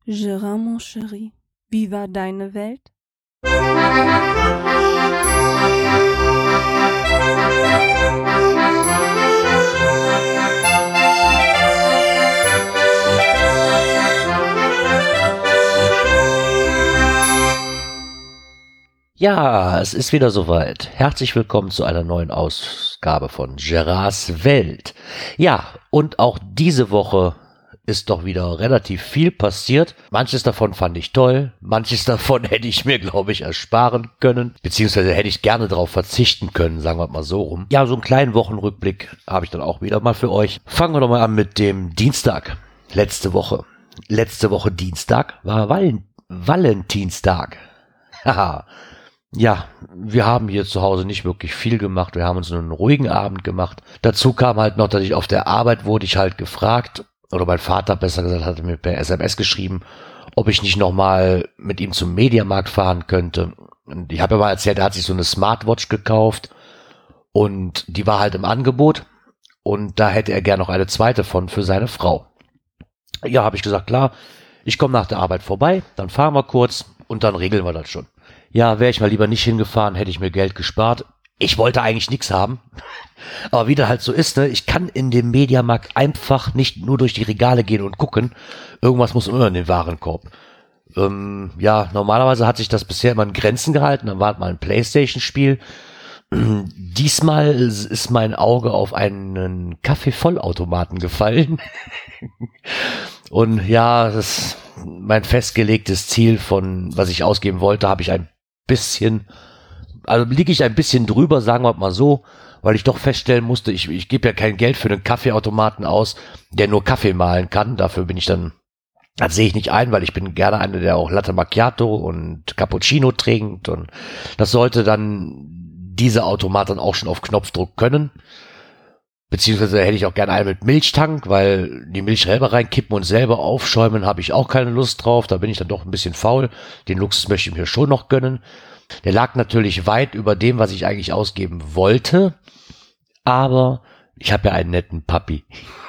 Gérard, mon chéri, wie war deine Welt? Ja, es ist wieder soweit. Herzlich willkommen zu einer neuen Ausgabe von Gérards Welt. Ja, und auch diese Woche ist doch wieder relativ viel passiert. Manches davon fand ich toll, manches davon hätte ich mir, glaube ich, ersparen können, beziehungsweise hätte ich gerne darauf verzichten können, sagen wir mal so rum. Ja, so einen kleinen Wochenrückblick habe ich dann auch wieder mal für euch. Fangen wir doch mal an mit dem Dienstag, letzte Woche. Letzte Woche Dienstag war Valentinstag. Haha. Ja, wir haben hier zu Hause nicht wirklich viel gemacht. Wir haben uns nur einen ruhigen Abend gemacht. Dazu kam halt noch, dass ich auf der Arbeit wurde ich halt gefragt, oder mein Vater besser gesagt hatte mir per SMS geschrieben, ob ich nicht nochmal mit ihm zum Mediamarkt fahren könnte. Und ich habe ja mal erzählt, er hat sich so eine Smartwatch gekauft und die war halt im Angebot und da hätte er gern noch eine zweite von für seine Frau. Ja, habe ich gesagt, klar, ich komme nach der Arbeit vorbei, dann fahren wir kurz und dann regeln wir das schon. Ja, wäre ich mal lieber nicht hingefahren, hätte ich mir Geld gespart. Ich wollte eigentlich nichts haben. Aber wie das halt so ist, ne, ich kann in dem Mediamarkt einfach nicht nur durch die Regale gehen und gucken. Irgendwas muss immer in den Warenkorb. Ja, normalerweise hat sich das bisher immer in Grenzen gehalten. Dann war halt mal ein PlayStation-Spiel. Diesmal ist mein Auge auf einen Kaffeevollautomaten gefallen. Und ja, das mein festgelegtes Ziel von, was ich ausgeben wollte, habe ich ein bisschen, also liege ich ein bisschen drüber, sagen wir mal so, weil ich doch feststellen musste, ich gebe ja kein Geld für einen Kaffeeautomaten aus, der nur Kaffee mahlen kann. Dafür bin ich dann, das sehe ich nicht ein, weil ich bin gerne einer, der auch Latte Macchiato und Cappuccino trinkt und das sollte dann dieser Automat dann auch schon auf Knopfdruck können. Beziehungsweise hätte ich auch gerne einen mit Milchtank, weil die Milch selber reinkippen und selber aufschäumen habe ich auch keine Lust drauf. Da bin ich dann doch ein bisschen faul. Den Luxus möchte ich mir schon noch gönnen. Der lag natürlich weit über dem, was ich eigentlich ausgeben wollte. Aber ich habe ja einen netten Papi.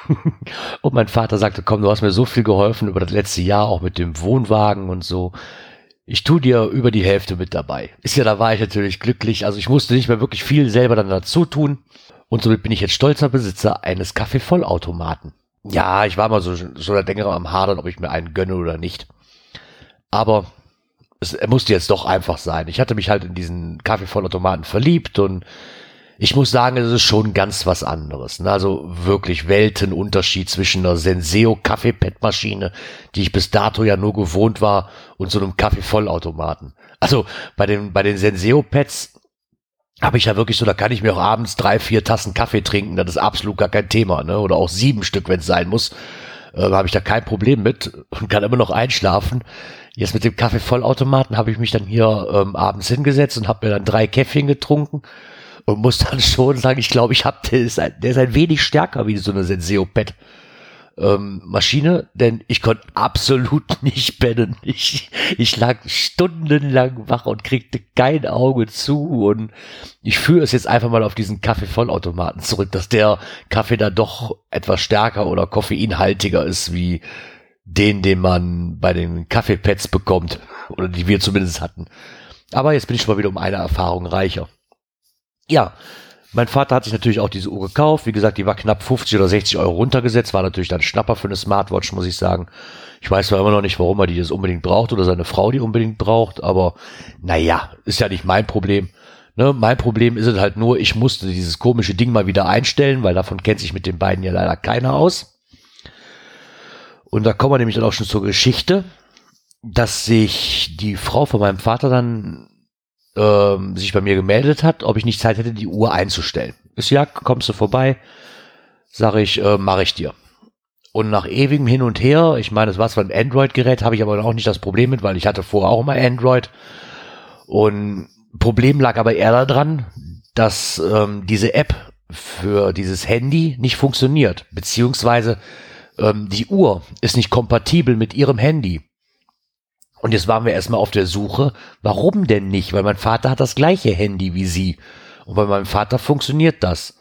Und mein Vater sagte, komm, du hast mir so viel geholfen über das letzte Jahr, auch mit dem Wohnwagen und so. Ich tue dir über die Hälfte mit dabei. Da war ich natürlich glücklich. Also ich musste nicht mehr wirklich viel selber dann dazu tun. Und somit bin ich jetzt stolzer Besitzer eines Kaffeevollautomaten. Ja, ich war mal so der Denker am Hadern, ob ich mir einen gönne oder nicht. Aber es musste jetzt doch einfach sein. Ich hatte mich halt in diesen Kaffeevollautomaten verliebt und ich muss sagen, es ist schon ganz was anderes. Also wirklich Weltenunterschied zwischen einer Senseo Kaffeepad-Maschine, die ich bis dato ja nur gewohnt war, und so einem Kaffeevollautomaten. Also bei den Senseo-Pads habe ich ja wirklich so, da kann ich mir auch abends 3-4 Tassen Kaffee trinken, das ist absolut gar kein Thema, ne? Oder auch 7 Stück, wenn es sein muss, habe ich da kein Problem mit und kann immer noch einschlafen. Jetzt mit dem Kaffeevollautomaten habe ich mich dann hier abends hingesetzt und habe mir dann 3 Käffchen getrunken und muss dann schon sagen, ich glaube, der ist ein wenig stärker wie so eine Senseo-Pad. Maschine, denn ich konnte absolut nicht pennen. Ich lag stundenlang wach und kriegte kein Auge zu und ich führe es jetzt einfach mal auf diesen Kaffeevollautomaten zurück, dass der Kaffee da doch etwas stärker oder koffeinhaltiger ist wie den man bei den Kaffeepads bekommt oder die wir zumindest hatten. Aber jetzt bin ich schon mal wieder um eine Erfahrung reicher. Ja, mein Vater hat sich natürlich auch diese Uhr gekauft. Wie gesagt, die war knapp 50 oder 60 Euro runtergesetzt. War natürlich dann Schnapper für eine Smartwatch, muss ich sagen. Ich weiß zwar immer noch nicht, warum er die jetzt unbedingt braucht oder seine Frau die unbedingt braucht. Aber naja, ist ja nicht mein Problem. Ne? Mein Problem ist es halt nur, ich musste dieses komische Ding mal wieder einstellen, weil davon kennt sich mit den beiden ja leider keiner aus. Und da kommen wir nämlich dann auch schon zur Geschichte, dass sich die Frau von meinem Vater dann sich bei mir gemeldet hat, ob ich nicht Zeit hätte, die Uhr einzustellen. Ist ja, kommst du vorbei? Sage ich, mache ich dir. Und nach ewigem Hin und Her, ich meine, es war zwar ein Android-Gerät, habe ich aber auch nicht das Problem mit, weil ich hatte vorher auch mal Android. Und Problem lag aber eher daran, dass diese App für dieses Handy nicht funktioniert, beziehungsweise die Uhr ist nicht kompatibel mit ihrem Handy. Und jetzt waren wir erstmal auf der Suche, warum denn nicht? Weil mein Vater hat das gleiche Handy wie sie. Und bei meinem Vater funktioniert das.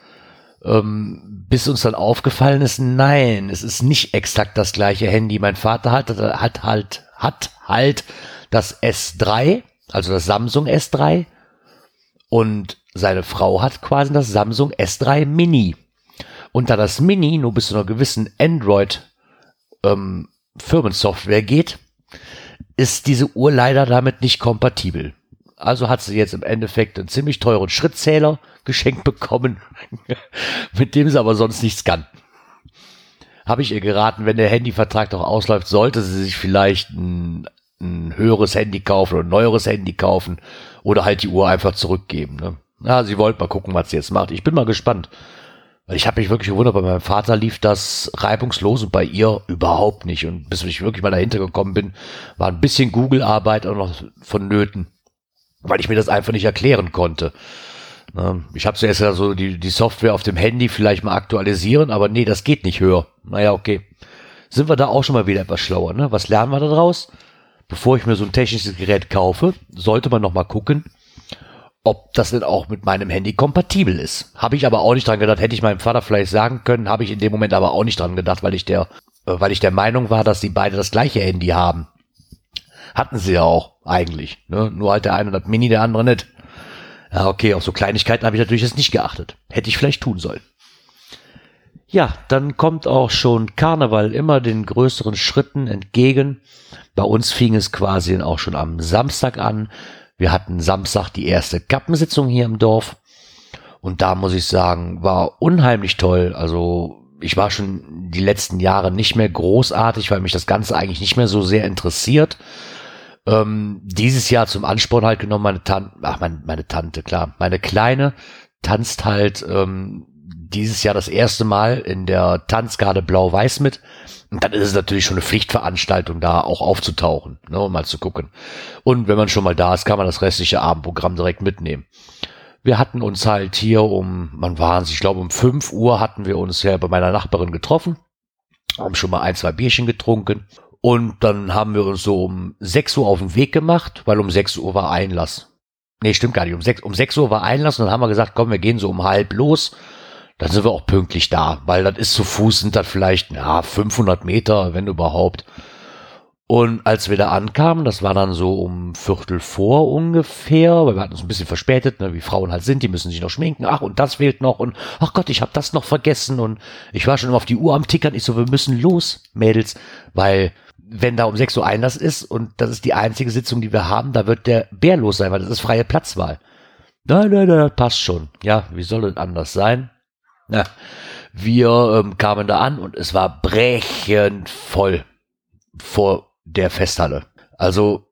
Bis uns dann aufgefallen ist, nein, es ist nicht exakt das gleiche Handy. Mein Vater hat hat halt das S3, also das Samsung S3, und seine Frau hat quasi das Samsung S3 Mini. Und da das Mini nur bis zu einer gewissen Android Firmensoftware geht, ist diese Uhr leider damit nicht kompatibel. Also hat sie jetzt im Endeffekt einen ziemlich teuren Schrittzähler geschenkt bekommen, mit dem sie aber sonst nichts kann. Habe ich ihr geraten, wenn der Handyvertrag doch ausläuft, sollte sie sich vielleicht ein höheres Handy kaufen oder ein neueres Handy kaufen oder halt die Uhr einfach zurückgeben. Ne? Ja, sie wollte mal gucken, was sie jetzt macht. Ich bin mal gespannt. Weil ich habe mich wirklich gewundert, bei meinem Vater lief das reibungslos und bei ihr überhaupt nicht. Und bis ich wirklich mal dahinter gekommen bin, war ein bisschen Google-Arbeit auch noch vonnöten, weil ich mir das einfach nicht erklären konnte. Ich habe zuerst so die Software auf dem Handy vielleicht mal aktualisieren, aber nee, das geht nicht höher. Naja, okay. Sind wir da auch schon mal wieder etwas schlauer, ne? Was lernen wir da draus? Bevor ich mir so ein technisches Gerät kaufe, sollte man noch mal gucken, ob das denn auch mit meinem Handy kompatibel ist. Habe ich aber auch nicht dran gedacht. Hätte ich meinem Vater vielleicht sagen können, habe ich in dem Moment aber auch nicht dran gedacht, weil ich der Meinung war, dass sie beide das gleiche Handy haben. Hatten sie ja auch eigentlich. Ne? Nur halt der eine hat Mini, der andere nicht. Ja, okay, auf so Kleinigkeiten habe ich natürlich jetzt nicht geachtet. Hätte ich vielleicht tun sollen. Ja, dann kommt auch schon Karneval immer den größeren Schritten entgegen. Bei uns fing es quasi auch schon am Samstag an. Wir hatten Samstag die erste Kappensitzung hier im Dorf. Und da muss ich sagen, war unheimlich toll. Also ich war schon die letzten Jahre nicht mehr großartig, weil mich das Ganze eigentlich nicht mehr so sehr interessiert. Dieses Jahr zum Ansporn halt genommen, meine Tante, klar. Meine Kleine tanzt halt dieses Jahr das erste Mal in der Tanzgarde Blau-Weiß mit. Und dann ist es natürlich schon eine Pflichtveranstaltung, da auch aufzutauchen, ne, um mal zu gucken. Und wenn man schon mal da ist, kann man das restliche Abendprogramm direkt mitnehmen. Wir hatten uns halt hier ich glaube um 5 Uhr hatten wir uns ja bei meiner Nachbarin getroffen, haben schon mal 1, 2 Bierchen getrunken und dann haben wir uns so um 6 Uhr auf den Weg gemacht, weil um 6 Uhr war Einlass. Nee, stimmt gar nicht, um 6 Uhr war Einlass und dann haben wir gesagt, komm, wir gehen so um 5 los. Dann sind wir auch pünktlich da, weil das ist zu Fuß, sind das vielleicht 500 Meter, wenn überhaupt. Und als wir da ankamen, das war dann so um 3:15 ungefähr, weil wir hatten uns ein bisschen verspätet, ne, wie Frauen halt sind, die müssen sich noch schminken, ach und das fehlt noch und ach Gott, ich habe das noch vergessen und ich war schon immer auf die Uhr am Tickern, ich so, wir müssen los, Mädels, weil wenn da um 6 Uhr Einlass ist und das ist die einzige Sitzung, die wir haben, da wird der Bär los sein, weil das ist freie Platzwahl. Nein, passt schon. Ja, wie soll es anders sein? Ja, wir kamen da an und es war brechend voll vor der Festhalle. Also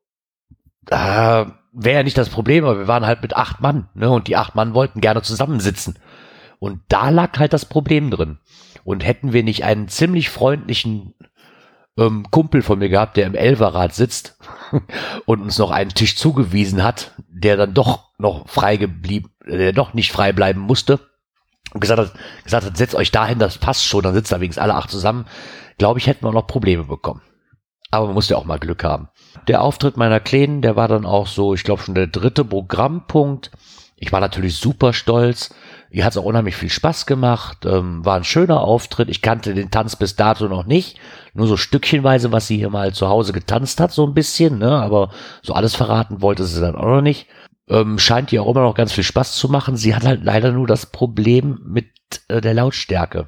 wäre ja nicht das Problem, aber wir waren halt mit 8 Mann, ne? Und die 8 Mann wollten gerne zusammensitzen. Und da lag halt das Problem drin. Und hätten wir nicht einen ziemlich freundlichen Kumpel von mir gehabt, der im Elferrad sitzt und uns noch einen Tisch zugewiesen hat, der dann doch noch der doch nicht frei bleiben musste, und gesagt hat, setzt euch dahin, das passt schon, dann sitzen da wenigstens alle 8 zusammen, glaube ich, hätten wir auch noch Probleme bekommen. Aber man muss ja auch mal Glück haben. Der Auftritt meiner Kleinen, der war dann auch so, ich glaube schon der 3. Programmpunkt. Ich war natürlich super stolz. Ihr hat es auch unheimlich viel Spaß gemacht. War ein schöner Auftritt. Ich kannte den Tanz bis dato noch nicht. Nur so stückchenweise, was sie hier mal zu Hause getanzt hat, so ein bisschen, ne? Aber so alles verraten wollte sie dann auch noch nicht. Scheint ihr auch immer noch ganz viel Spaß zu machen. Sie hat halt leider nur das Problem mit der Lautstärke.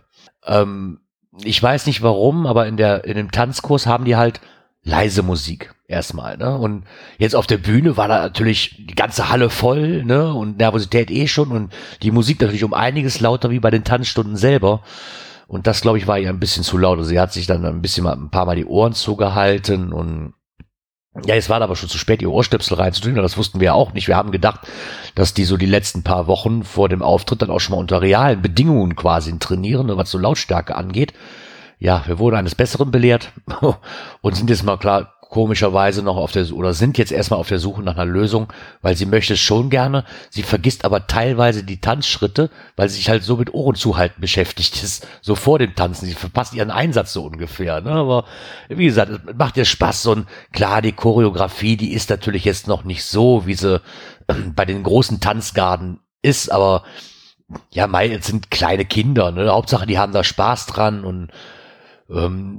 Ich weiß nicht warum, aber in dem Tanzkurs haben die halt leise Musik erstmal, ne? Und jetzt auf der Bühne war da natürlich die ganze Halle voll, ne? Und Nervosität schon und die Musik natürlich um einiges lauter wie bei den Tanzstunden selber. Und das, glaube ich, war ihr ein bisschen zu laut. Also sie hat sich dann ein paar Mal die Ohren zugehalten und ja, es war aber schon zu spät, die Ohrstöpsel reinzutun. Das wussten wir ja auch nicht. Wir haben gedacht, dass die so die letzten paar Wochen vor dem Auftritt dann auch schon mal unter realen Bedingungen quasi trainieren, was so Lautstärke angeht. Ja, wir wurden eines Besseren belehrt und sind jetzt mal klar, komischerweise noch sind jetzt erstmal auf der Suche nach einer Lösung, weil sie möchte es schon gerne, sie vergisst aber teilweise die Tanzschritte, weil sie sich halt so mit Ohren zuhalten beschäftigt ist, so vor dem Tanzen, sie verpasst ihren Einsatz so ungefähr, ne? Aber wie gesagt, es macht ihr Spaß und klar, die Choreografie, die ist natürlich jetzt noch nicht so, wie sie bei den großen Tanzgarden ist, aber ja, jetzt sind kleine Kinder, ne? Hauptsache, die haben da Spaß dran und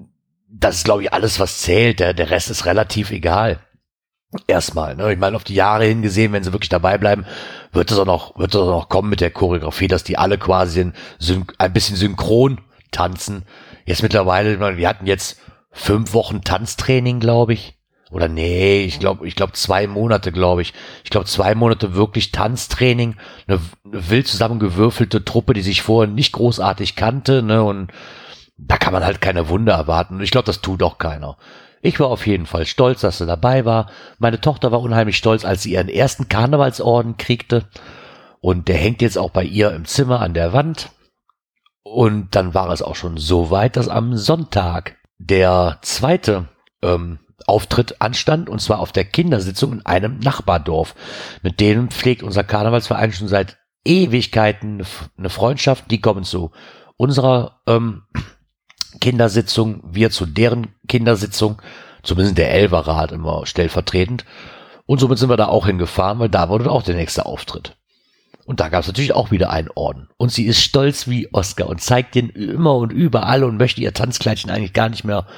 das ist, glaube ich, alles, was zählt. Der Rest ist relativ egal. Erstmal, ne? Ich meine, auf die Jahre hingesehen, wenn sie wirklich dabei bleiben, wird es auch noch kommen mit der Choreografie, dass die alle quasi ein bisschen synchron tanzen. Jetzt mittlerweile, ich meine, wir hatten jetzt 5 Wochen Tanztraining, glaube ich. Oder nee, ich glaube 2 Monate, glaube ich. Ich glaube 2 Monate wirklich Tanztraining. Eine wild zusammengewürfelte Truppe, die sich vorher nicht großartig kannte, ne? Und da kann man halt keine Wunder erwarten. Und ich glaube, das tut auch keiner. Ich war auf jeden Fall stolz, dass sie dabei war. Meine Tochter war unheimlich stolz, als sie ihren ersten Karnevalsorden kriegte. Und der hängt jetzt auch bei ihr im Zimmer an der Wand. Und dann war es auch schon so weit, dass am Sonntag der zweite Auftritt anstand, und zwar auf der Kindersitzung in einem Nachbardorf. Mit denen pflegt unser Karnevalsverein schon seit Ewigkeiten eine Freundschaft. Die kommen zu unserer Kindersitzung, wir zu deren Kindersitzung, zumindest der Elferrat immer stellvertretend. Und somit sind wir da auch hingefahren, weil da wurde auch der nächste Auftritt. Und da gab es natürlich auch wieder einen Orden. Und sie ist stolz wie Oscar und zeigt den immer und überall und möchte ihr Tanzkleidchen eigentlich gar nicht mehr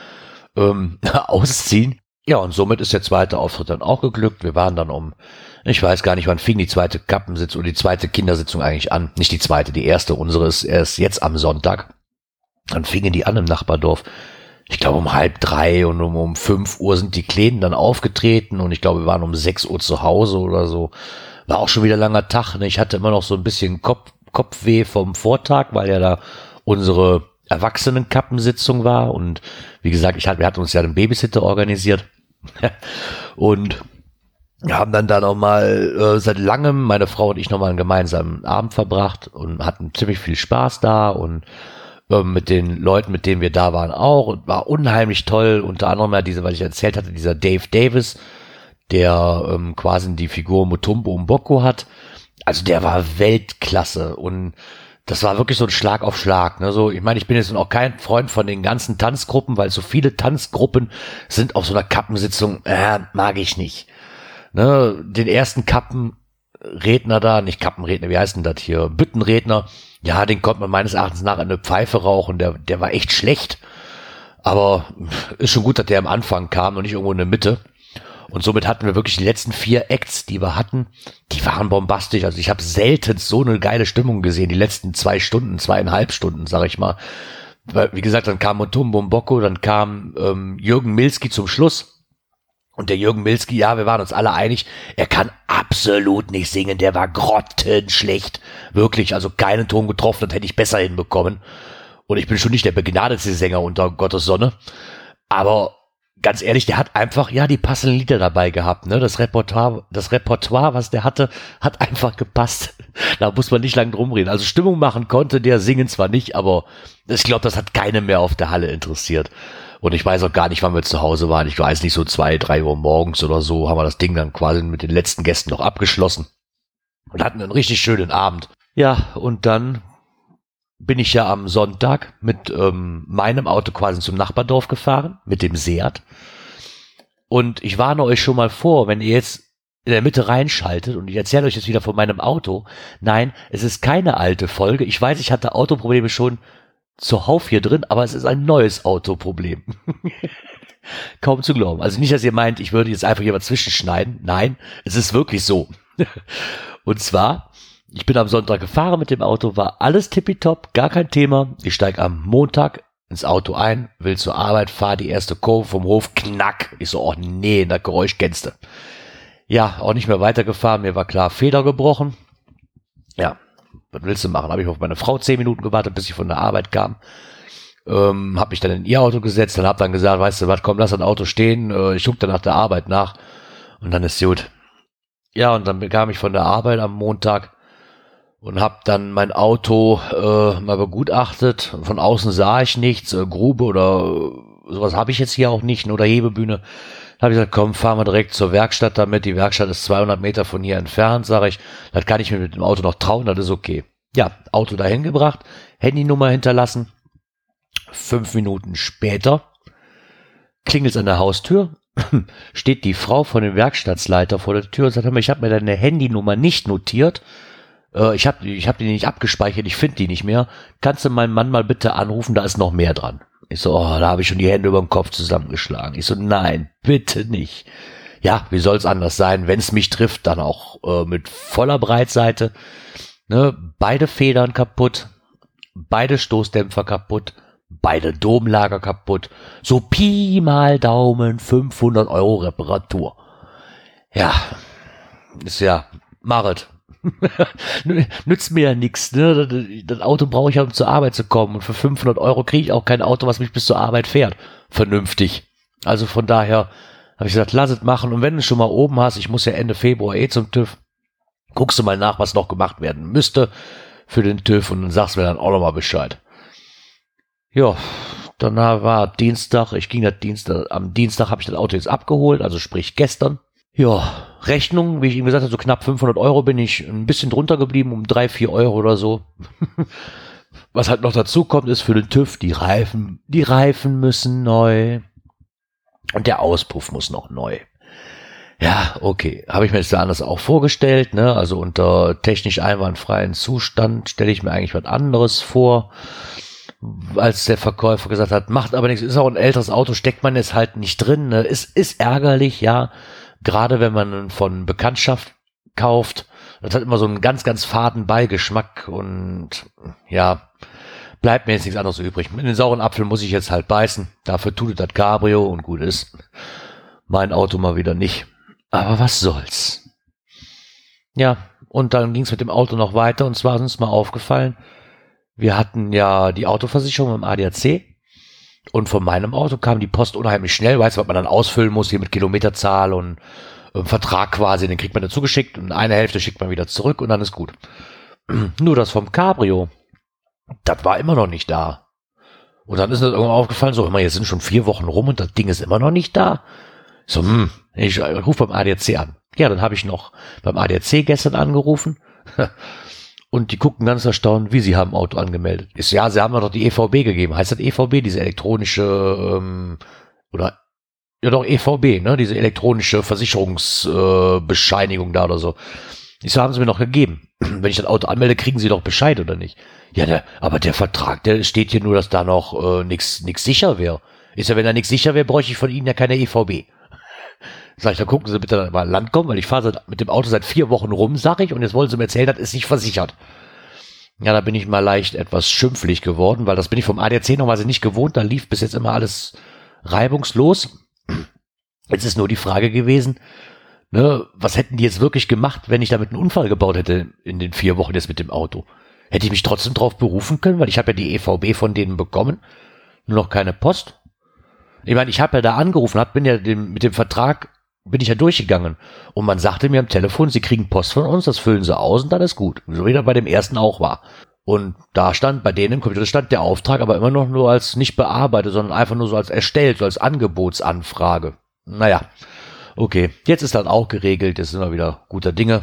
ausziehen. Ja, und somit ist der zweite Auftritt dann auch geglückt. Wir waren dann ich weiß gar nicht, wann fing die zweite Kappensitzung oder die zweite Kindersitzung eigentlich an. Nicht die zweite, die erste. Unsere ist erst jetzt am Sonntag. Dann fingen die an im Nachbardorf. Ich glaube 2:30 und um 5 Uhr sind die Kleinen dann aufgetreten und ich glaube, wir waren um 6 Uhr zu Hause oder so. War auch schon wieder ein langer Tag. Ne? Ich hatte immer noch so ein bisschen Kopfweh vom Vortag, weil ja da unsere Erwachsenenkappensitzung war und wie gesagt, wir hatten uns ja einen Babysitter organisiert und haben dann da nochmal seit langem, meine Frau und ich, nochmal einen gemeinsamen Abend verbracht und hatten ziemlich viel Spaß da und mit den Leuten, mit denen wir da waren auch, und war unheimlich toll, unter anderem ja weil ich erzählt hatte, dieser Dave Davis, der quasi die Figur Mutombo Mboko hat, also der war Weltklasse und das war wirklich so ein Schlag auf Schlag, ne? So, ich meine, ich bin jetzt auch kein Freund von den ganzen Tanzgruppen, weil so viele Tanzgruppen sind auf so einer Kappensitzung, mag ich nicht. Ne? Den ersten Kappenredner da, nicht Kappenredner, wie heißt denn das hier? Büttenredner, ja, den konnte man meines Erachtens nach eine Pfeife rauchen, der war echt schlecht. Aber ist schon gut, dass der am Anfang kam und nicht irgendwo in der Mitte. Und somit hatten wir wirklich die letzten 4 Acts, die wir hatten, die waren bombastisch. Also ich habe selten so eine geile Stimmung gesehen, die letzten 2 Stunden, 2,5 Stunden, sag ich mal. Weil, wie gesagt, dann kam Mutombo Mboko, dann kam Jürgen Milski zum Schluss. Und der Jürgen Milski, ja, wir waren uns alle einig, er kann absolut nicht singen, der war grottenschlecht. Wirklich, also keinen Ton getroffen, das hätte ich besser hinbekommen. Und ich bin schon nicht der begnadete Sänger unter Gottes Sonne. Aber ganz ehrlich, der hat einfach, ja, die passenden Lieder dabei gehabt, ne? Das Repertoire, was der hatte, hat einfach gepasst. Da muss man nicht lang drum reden. Also Stimmung machen konnte der, singen zwar nicht, aber ich glaube, das hat keinen mehr auf der Halle interessiert. Und ich weiß auch gar nicht, wann wir zu Hause waren. Ich weiß nicht, so 2, 3 Uhr morgens oder so haben wir das Ding dann quasi mit den letzten Gästen noch abgeschlossen und hatten einen richtig schönen Abend. Ja, und dann bin ich ja am Sonntag mit meinem Auto quasi zum Nachbardorf gefahren, mit dem Seat. Und ich warne euch schon mal vor, wenn ihr jetzt in der Mitte reinschaltet und ich erzähle euch jetzt wieder von meinem Auto. Nein, es ist keine alte Folge. Ich weiß, ich hatte Autoprobleme schon zuhauf hier drin, aber es ist ein neues Autoproblem. Kaum zu glauben. Also nicht, dass ihr meint, ich würde jetzt einfach hier mal zwischenschneiden. Nein, es ist wirklich so. Und zwar, ich bin am Sonntag gefahren mit dem Auto, war alles tippitopp, gar kein Thema. Ich steige am Montag ins Auto ein, will zur Arbeit, fahre die erste Kurve vom Hof, knack. Ich so, oh nee, das Geräusch kennst du. Ja, auch nicht mehr weitergefahren, mir war klar, Feder gebrochen. Ja, was willst du machen? Habe ich auf meine Frau 10 Minuten gewartet, bis ich von der Arbeit kam. Habe mich dann in ihr Auto gesetzt und habe dann gesagt, weißt du was, komm, lass das Auto stehen, ich gucke dann nach der Arbeit nach und dann ist gut. Ja, und dann kam ich von der Arbeit am Montag und habe dann mein Auto mal begutachtet. Von außen sah ich nichts, Grube oder sowas habe ich jetzt hier auch nicht, oder Hebebühne. Da habe ich gesagt, komm, fahren wir direkt zur Werkstatt damit. Die Werkstatt ist 200 Meter von hier entfernt, sage ich. Das kann ich mir mit dem Auto noch trauen, das ist okay. Ja, Auto dahin gebracht, Handynummer hinterlassen. 5 Minuten später klingelt es an der Haustür, steht die Frau von dem Werkstattsleiter vor der Tür und sagt, ich habe mir deine Handynummer nicht notiert. Ich hab die nicht abgespeichert, ich finde die nicht mehr. Kannst du meinen Mann mal bitte anrufen, da ist noch mehr dran. Ich so, oh, da habe ich schon die Hände über den Kopf zusammengeschlagen. Ich so, nein, bitte nicht. Ja, wie soll es anders sein, wenn es mich trifft, dann auch mit voller Breitseite. Ne, beide Federn kaputt, beide Stoßdämpfer kaputt, beide Domlager kaputt. So Pi mal Daumen, 500 € Reparatur. Ja, ist ja, machet. Nützt mir ja nichts, ne? Das Auto brauche ich ja, um zur Arbeit zu kommen. Und für 500 € kriege ich auch kein Auto, was mich bis zur Arbeit fährt. Vernünftig. Also von daher habe ich gesagt, lass es machen. Und wenn du schon mal oben hast, ich muss ja Ende Februar zum TÜV, guckst du mal nach, was noch gemacht werden müsste für den TÜV und dann sagst du mir dann auch nochmal Bescheid. Ja, dann war Dienstag, am Dienstag habe ich das Auto jetzt abgeholt, also sprich gestern. Ja, Rechnung, wie ich ihm gesagt habe, so knapp 500 € bin ich ein bisschen drunter geblieben, um 3-4 € oder so. Was halt noch dazu kommt, ist für den TÜV, die Reifen müssen neu und der Auspuff muss noch neu. Ja, okay, habe ich mir jetzt da anders auch vorgestellt, ne? Also unter technisch einwandfreien Zustand stelle ich mir eigentlich was anderes vor, als der Verkäufer gesagt hat, macht aber nichts, ist auch ein älteres Auto, steckt man jetzt halt nicht drin, ne? Ist ärgerlich, ja, gerade wenn man von Bekanntschaft kauft, das hat immer so einen ganz, ganz faden Beigeschmack und ja, bleibt mir jetzt nichts anderes übrig. Mit den sauren Apfel muss ich jetzt halt beißen, dafür tut es das Cabrio und gut ist. Mein Auto mal wieder nicht. Aber was soll's. Ja, und dann ging's mit dem Auto noch weiter und zwar ist uns mal aufgefallen, wir hatten ja die Autoversicherung im ADAC und von meinem Auto kam die Post unheimlich schnell, weißt du, was man dann ausfüllen muss, hier mit Kilometerzahl und Vertrag quasi, den kriegt man dazu geschickt und eine Hälfte schickt man wieder zurück und dann ist gut. Nur das vom Cabrio, das war immer noch nicht da. Und dann ist mir irgendwann aufgefallen, so, hör mal, jetzt sind schon 4 Wochen rum und das Ding ist immer noch nicht da. So, ich rufe beim ADAC an. Ja, dann habe ich noch beim ADAC gestern angerufen und die gucken ganz erstaunt, wie sie haben Auto angemeldet. Ist ja, sie haben mir doch die EVB gegeben. Heißt das EVB, diese elektronische oder ja doch EVB, ne, diese elektronische Versicherungsbescheinigung da oder so. Ich so, haben sie mir noch gegeben. Wenn ich das Auto anmelde, kriegen sie doch Bescheid oder nicht? Ja, aber der Vertrag, der steht hier nur, dass da noch nix sicher wäre. Ist ja, wenn da nichts sicher wäre, bräuchte ich von Ihnen ja keine EVB. Sag ich, dann gucken Sie bitte mal an Land kommen, weil ich fahre mit dem Auto seit 4 Wochen rum, sag ich, und jetzt wollen Sie mir erzählen, das ist nicht versichert. Ja, da bin ich mal leicht etwas schimpflich geworden, weil das bin ich vom ADAC normalerweise nicht gewohnt, da lief bis jetzt immer alles reibungslos. Jetzt ist nur die Frage gewesen, ne, was hätten die jetzt wirklich gemacht, wenn ich damit einen Unfall gebaut hätte in den 4 Wochen jetzt mit dem Auto? Hätte ich mich trotzdem drauf berufen können, weil ich habe ja die EVB von denen bekommen, nur noch keine Post. Ich meine, ich habe ja da angerufen, mit dem Vertrag bin ich ja durchgegangen und man sagte mir am Telefon, Sie kriegen Post von uns, das füllen Sie aus und dann ist gut. So wie das bei dem ersten auch war. Und da stand, bei denen im Computer stand der Auftrag aber immer noch nur als nicht bearbeitet, sondern einfach nur so als erstellt, so als Angebotsanfrage. Naja, okay, jetzt ist das auch geregelt, jetzt sind wir wieder guter Dinge.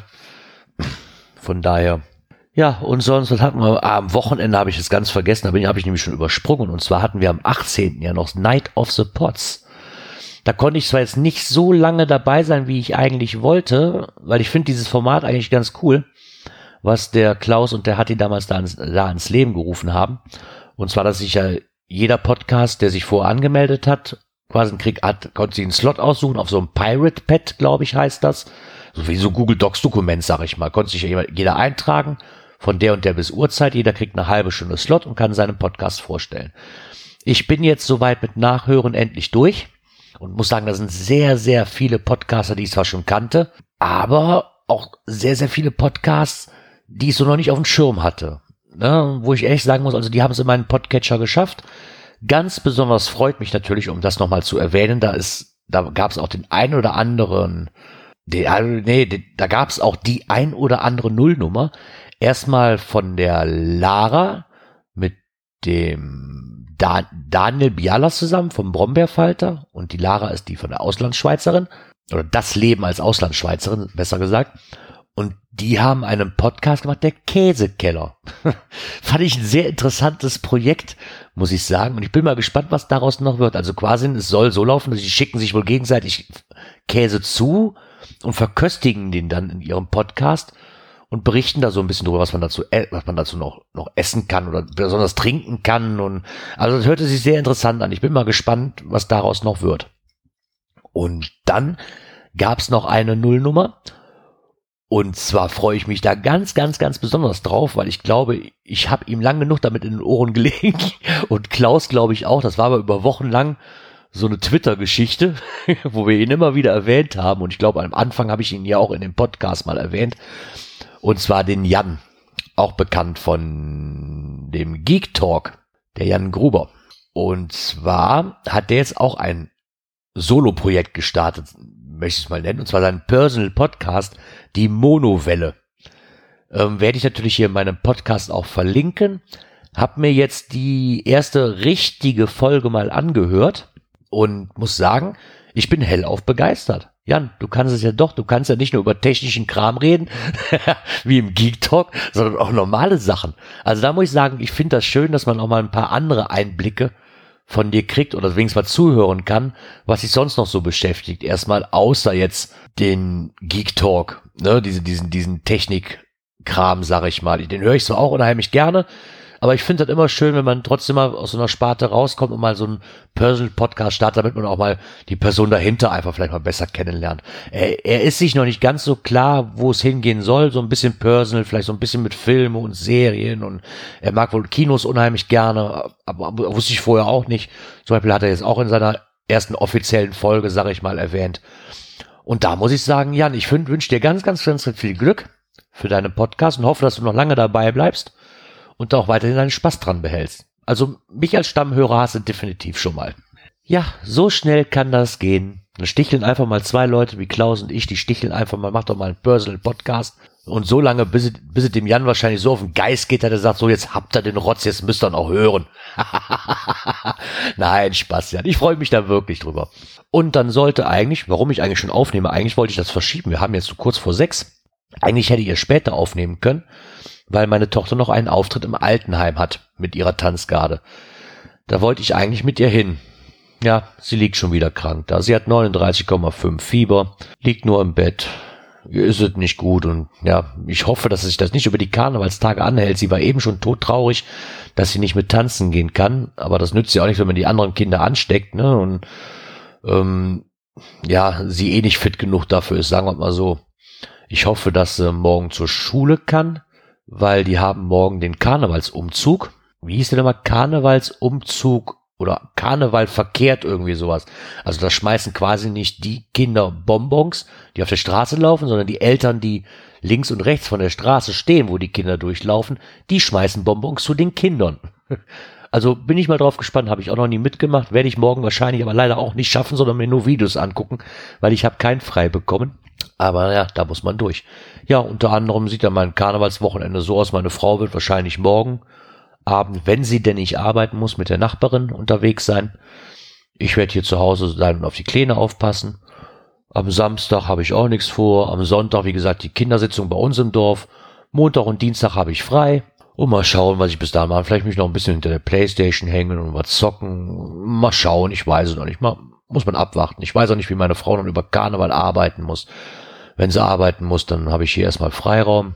Von daher, ja, und sonst, was hatten wir am Wochenende, habe ich es ganz vergessen, habe ich nämlich schon übersprungen. Und zwar hatten wir am 18. ja noch Night of the Pots. Da konnte ich zwar jetzt nicht so lange dabei sein, wie ich eigentlich wollte, weil ich finde dieses Format eigentlich ganz cool, was der Klaus und der Hatti damals da ins Leben gerufen haben. Und zwar, dass sich ja jeder Podcast, der sich vorher angemeldet hat, quasi konnte sich einen Slot aussuchen auf so einem Pirate Pad, glaube ich, heißt das. So wie so Google Docs Dokument, sag ich mal. Konnte sich jeder eintragen, von der und der bis Uhrzeit. Jeder kriegt eine halbe Stunde Slot und kann seinen Podcast vorstellen. Ich bin jetzt soweit mit Nachhören endlich durch und muss sagen, da sind sehr, sehr viele Podcaster, die ich zwar schon kannte, aber auch sehr, sehr viele Podcasts, die ich so noch nicht auf dem Schirm hatte. Ne? Wo ich ehrlich sagen muss, also die haben es in meinen Podcatcher geschafft. Ganz besonders freut mich natürlich, um das nochmal zu erwähnen, da gab es auch den ein oder anderen, da gab es auch die ein oder andere Nullnummer. Erstmal von der Lara mit dem Daniel Bialas zusammen vom Brombeerfalter und die Lara ist die von der Auslandsschweizerin oder das Leben als Auslandsschweizerin, besser gesagt. Und die haben einen Podcast gemacht, der Käsekeller. Fand ich ein sehr interessantes Projekt, muss ich sagen. Und ich bin mal gespannt, was daraus noch wird. Also quasi, es soll so laufen, dass sie schicken sich wohl gegenseitig Käse zu und verköstigen den dann in ihrem Podcast. und berichten da so ein bisschen drüber, was man dazu noch essen kann oder besonders trinken kann. Und also das hörte sich sehr interessant an. Ich bin mal gespannt, was daraus noch wird. Und dann gab's noch eine Nullnummer. Und zwar freue ich mich da ganz, ganz, ganz besonders drauf, weil ich glaube, ich habe ihm lang genug damit in den Ohren gelegen. Und Klaus, glaube ich, auch. Das war aber über Wochen lang so eine Twitter-Geschichte, wo wir ihn immer wieder erwähnt haben. Und ich glaube, am Anfang habe ich ihn ja auch in dem Podcast mal erwähnt. Und zwar den Jan, auch bekannt von dem Geek Talk, der Jan Gruber. Und zwar hat der jetzt auch ein Solo-Projekt gestartet, möchte ich es mal nennen, und zwar seinen Personal Podcast, die Monowelle. Werde ich natürlich hier in meinem Podcast auch verlinken. Hab mir jetzt die erste richtige Folge mal angehört und muss sagen, ich bin hellauf begeistert. Jan, du kannst es ja doch, du kannst ja nicht nur über technischen Kram reden, wie im Geek Talk, sondern auch normale Sachen. Also da muss ich sagen, ich finde das schön, dass man auch mal ein paar andere Einblicke von dir kriegt oder wenigstens mal zuhören kann, was sich sonst noch so beschäftigt. Erstmal außer jetzt den Geek Talk, ne, diesen Technikkram, sag ich mal. Den höre ich zwar auch unheimlich gerne, aber ich finde das immer schön, wenn man trotzdem mal aus so einer Sparte rauskommt und mal so einen Personal-Podcast startet, damit man auch mal die Person dahinter einfach vielleicht mal besser kennenlernt. Er ist sich noch nicht ganz so klar, wo es hingehen soll, so ein bisschen Personal, vielleicht so ein bisschen mit Filmen und Serien, und er mag wohl Kinos unheimlich gerne, aber wusste ich vorher auch nicht. Zum Beispiel hat er jetzt auch in seiner ersten offiziellen Folge, sage ich mal, erwähnt. Und da muss ich sagen, Jan, ich wünsche dir ganz, ganz, ganz viel Glück für deinen Podcast und hoffe, dass du noch lange dabei bleibst und auch weiterhin deinen Spaß dran behältst. Also mich als Stammhörer hast du definitiv schon mal. Ja, so schnell kann das gehen. Dann sticheln einfach mal zwei Leute wie Klaus und ich, die sticheln einfach mal, macht doch mal einen Personal Podcast. Und so lange, bis es dem Jan wahrscheinlich so auf den Geist geht, dass er sagt, so jetzt habt ihr den Rotz, jetzt müsst ihr ihn auch hören. Nein, Spaß, Jan. Ich freue mich da wirklich drüber. Und dann sollte eigentlich, warum ich eigentlich schon aufnehme, eigentlich wollte ich das verschieben. Wir haben jetzt so kurz vor 6. Eigentlich hätte ich es später aufnehmen können, weil meine Tochter noch einen Auftritt im Altenheim hat mit ihrer Tanzgarde. Da wollte ich eigentlich mit ihr hin. Ja, sie liegt schon wieder krank da. Sie hat 39,5 Fieber, liegt nur im Bett. Ihr ist es nicht gut und ja, ich hoffe, dass sich das nicht über die Karnevalstage anhält. Sie war eben schon todtraurig, dass sie nicht mit tanzen gehen kann, aber das nützt ja auch nicht, wenn man die anderen Kinder ansteckt, ne? Und ja, sie eh nicht fit genug dafür ist, sagen wir mal so. Ich hoffe, dass sie morgen zur Schule kann, weil die haben morgen den Karnevalsumzug. Wie hieß der nochmal? Karnevalsumzug oder Karneval verkehrt, irgendwie sowas. Also da schmeißen quasi nicht die Kinder Bonbons, die auf der Straße laufen, sondern die Eltern, die links und rechts von der Straße stehen, wo die Kinder durchlaufen, die schmeißen Bonbons zu den Kindern. Also bin ich mal drauf gespannt, habe ich auch noch nie mitgemacht, werde ich morgen wahrscheinlich aber leider auch nicht schaffen, sondern mir nur Videos angucken, weil ich habe keinen frei bekommen. Aber ja, da muss man durch. Ja, unter anderem sieht ja mein Karnevalswochenende so aus, meine Frau wird wahrscheinlich morgen Abend, wenn sie denn nicht arbeiten muss, mit der Nachbarin unterwegs sein. Ich werde hier zu Hause sein und auf die Kleine aufpassen. Am Samstag habe ich auch nichts vor. Am Sonntag, wie gesagt, die Kindersitzung bei uns im Dorf. Montag und Dienstag habe ich frei. Und mal schauen, was ich bis dahin mache. Vielleicht mich noch ein bisschen hinter der Playstation hängen und was zocken. Mal schauen, ich weiß es noch nicht. Muss man abwarten. Ich weiß auch nicht, wie meine Frau dann über Karneval arbeiten muss. Wenn sie arbeiten muss, dann habe ich hier erstmal Freiraum.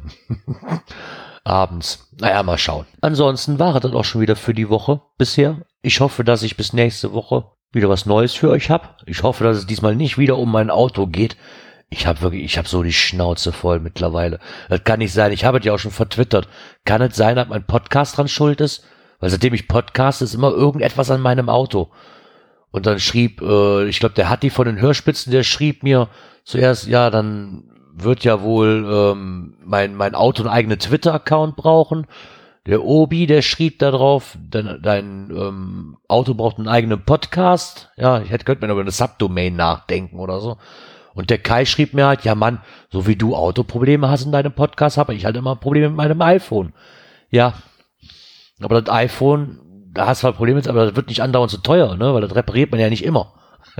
Abends. Naja, mal schauen. Ansonsten war es das auch schon wieder für die Woche bisher. Ich hoffe, dass ich bis nächste Woche wieder was Neues für euch habe. Ich hoffe, dass es diesmal nicht wieder um mein Auto geht. Ich habe so die Schnauze voll mittlerweile. Das kann nicht sein. Ich habe es ja auch schon vertwittert. Kann es sein, dass mein Podcast dran schuld ist? Weil seitdem ich podcaste, ist immer irgendetwas an meinem Auto. Und dann schrieb, ich glaube, der Hatti von den Hörspitzen, der schrieb mir zuerst, ja, dann wird ja wohl mein Auto einen eigenen Twitter-Account brauchen. Der Obi, der schrieb da drauf, dein Auto braucht einen eigenen Podcast. Ja, könnte mir über eine Subdomain nachdenken oder so. Und der Kai schrieb mir halt, ja Mann, so wie du Autoprobleme hast in deinem Podcast, habe ich halt immer Probleme mit meinem iPhone. Ja, aber das iPhone, da hast du halt Probleme mit, aber das wird nicht andauernd so teuer, ne? Weil das repariert man ja nicht immer.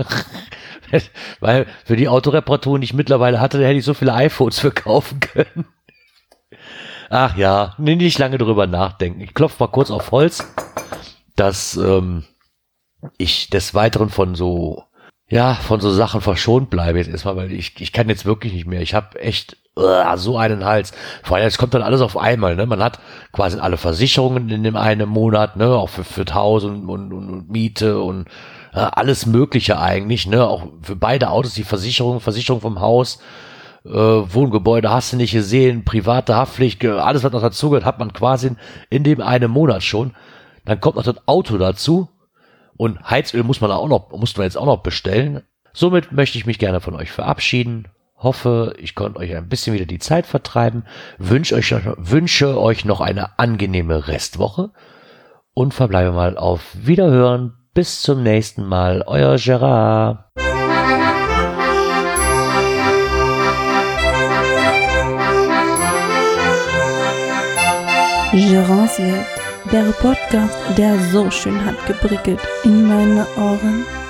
Weil für die Autoreparaturen, die ich mittlerweile hatte, da hätte ich so viele iPhones verkaufen können. Ach ja, nicht lange drüber nachdenken. Ich klopfe mal kurz auf Holz, dass ich des Weiteren von so ja, von so Sachen verschont bleibe jetzt erstmal, weil ich kann jetzt wirklich nicht mehr. Ich habe echt so einen Hals. Vor allem, es kommt dann alles auf einmal, ne? Man hat quasi alle Versicherungen in dem einen Monat, ne? Auch für Haus und Miete und alles Mögliche eigentlich, ne? Auch für beide Autos die Versicherung vom Haus, Wohngebäude hast du nicht gesehen, private Haftpflicht, alles was noch dazugehört, hat man quasi in dem einen Monat schon. Dann kommt noch das Auto dazu. Und Heizöl musste man jetzt auch noch bestellen. Somit möchte ich mich gerne von euch verabschieden. Hoffe, ich konnte euch ein bisschen wieder die Zeit vertreiben. Wünsche euch noch eine angenehme Restwoche. Und verbleibe mal auf Wiederhören. Bis zum nächsten Mal. Euer Gerard. Gerards Welt. Der Podcast, der so schön hat geprickelt in meine Ohren.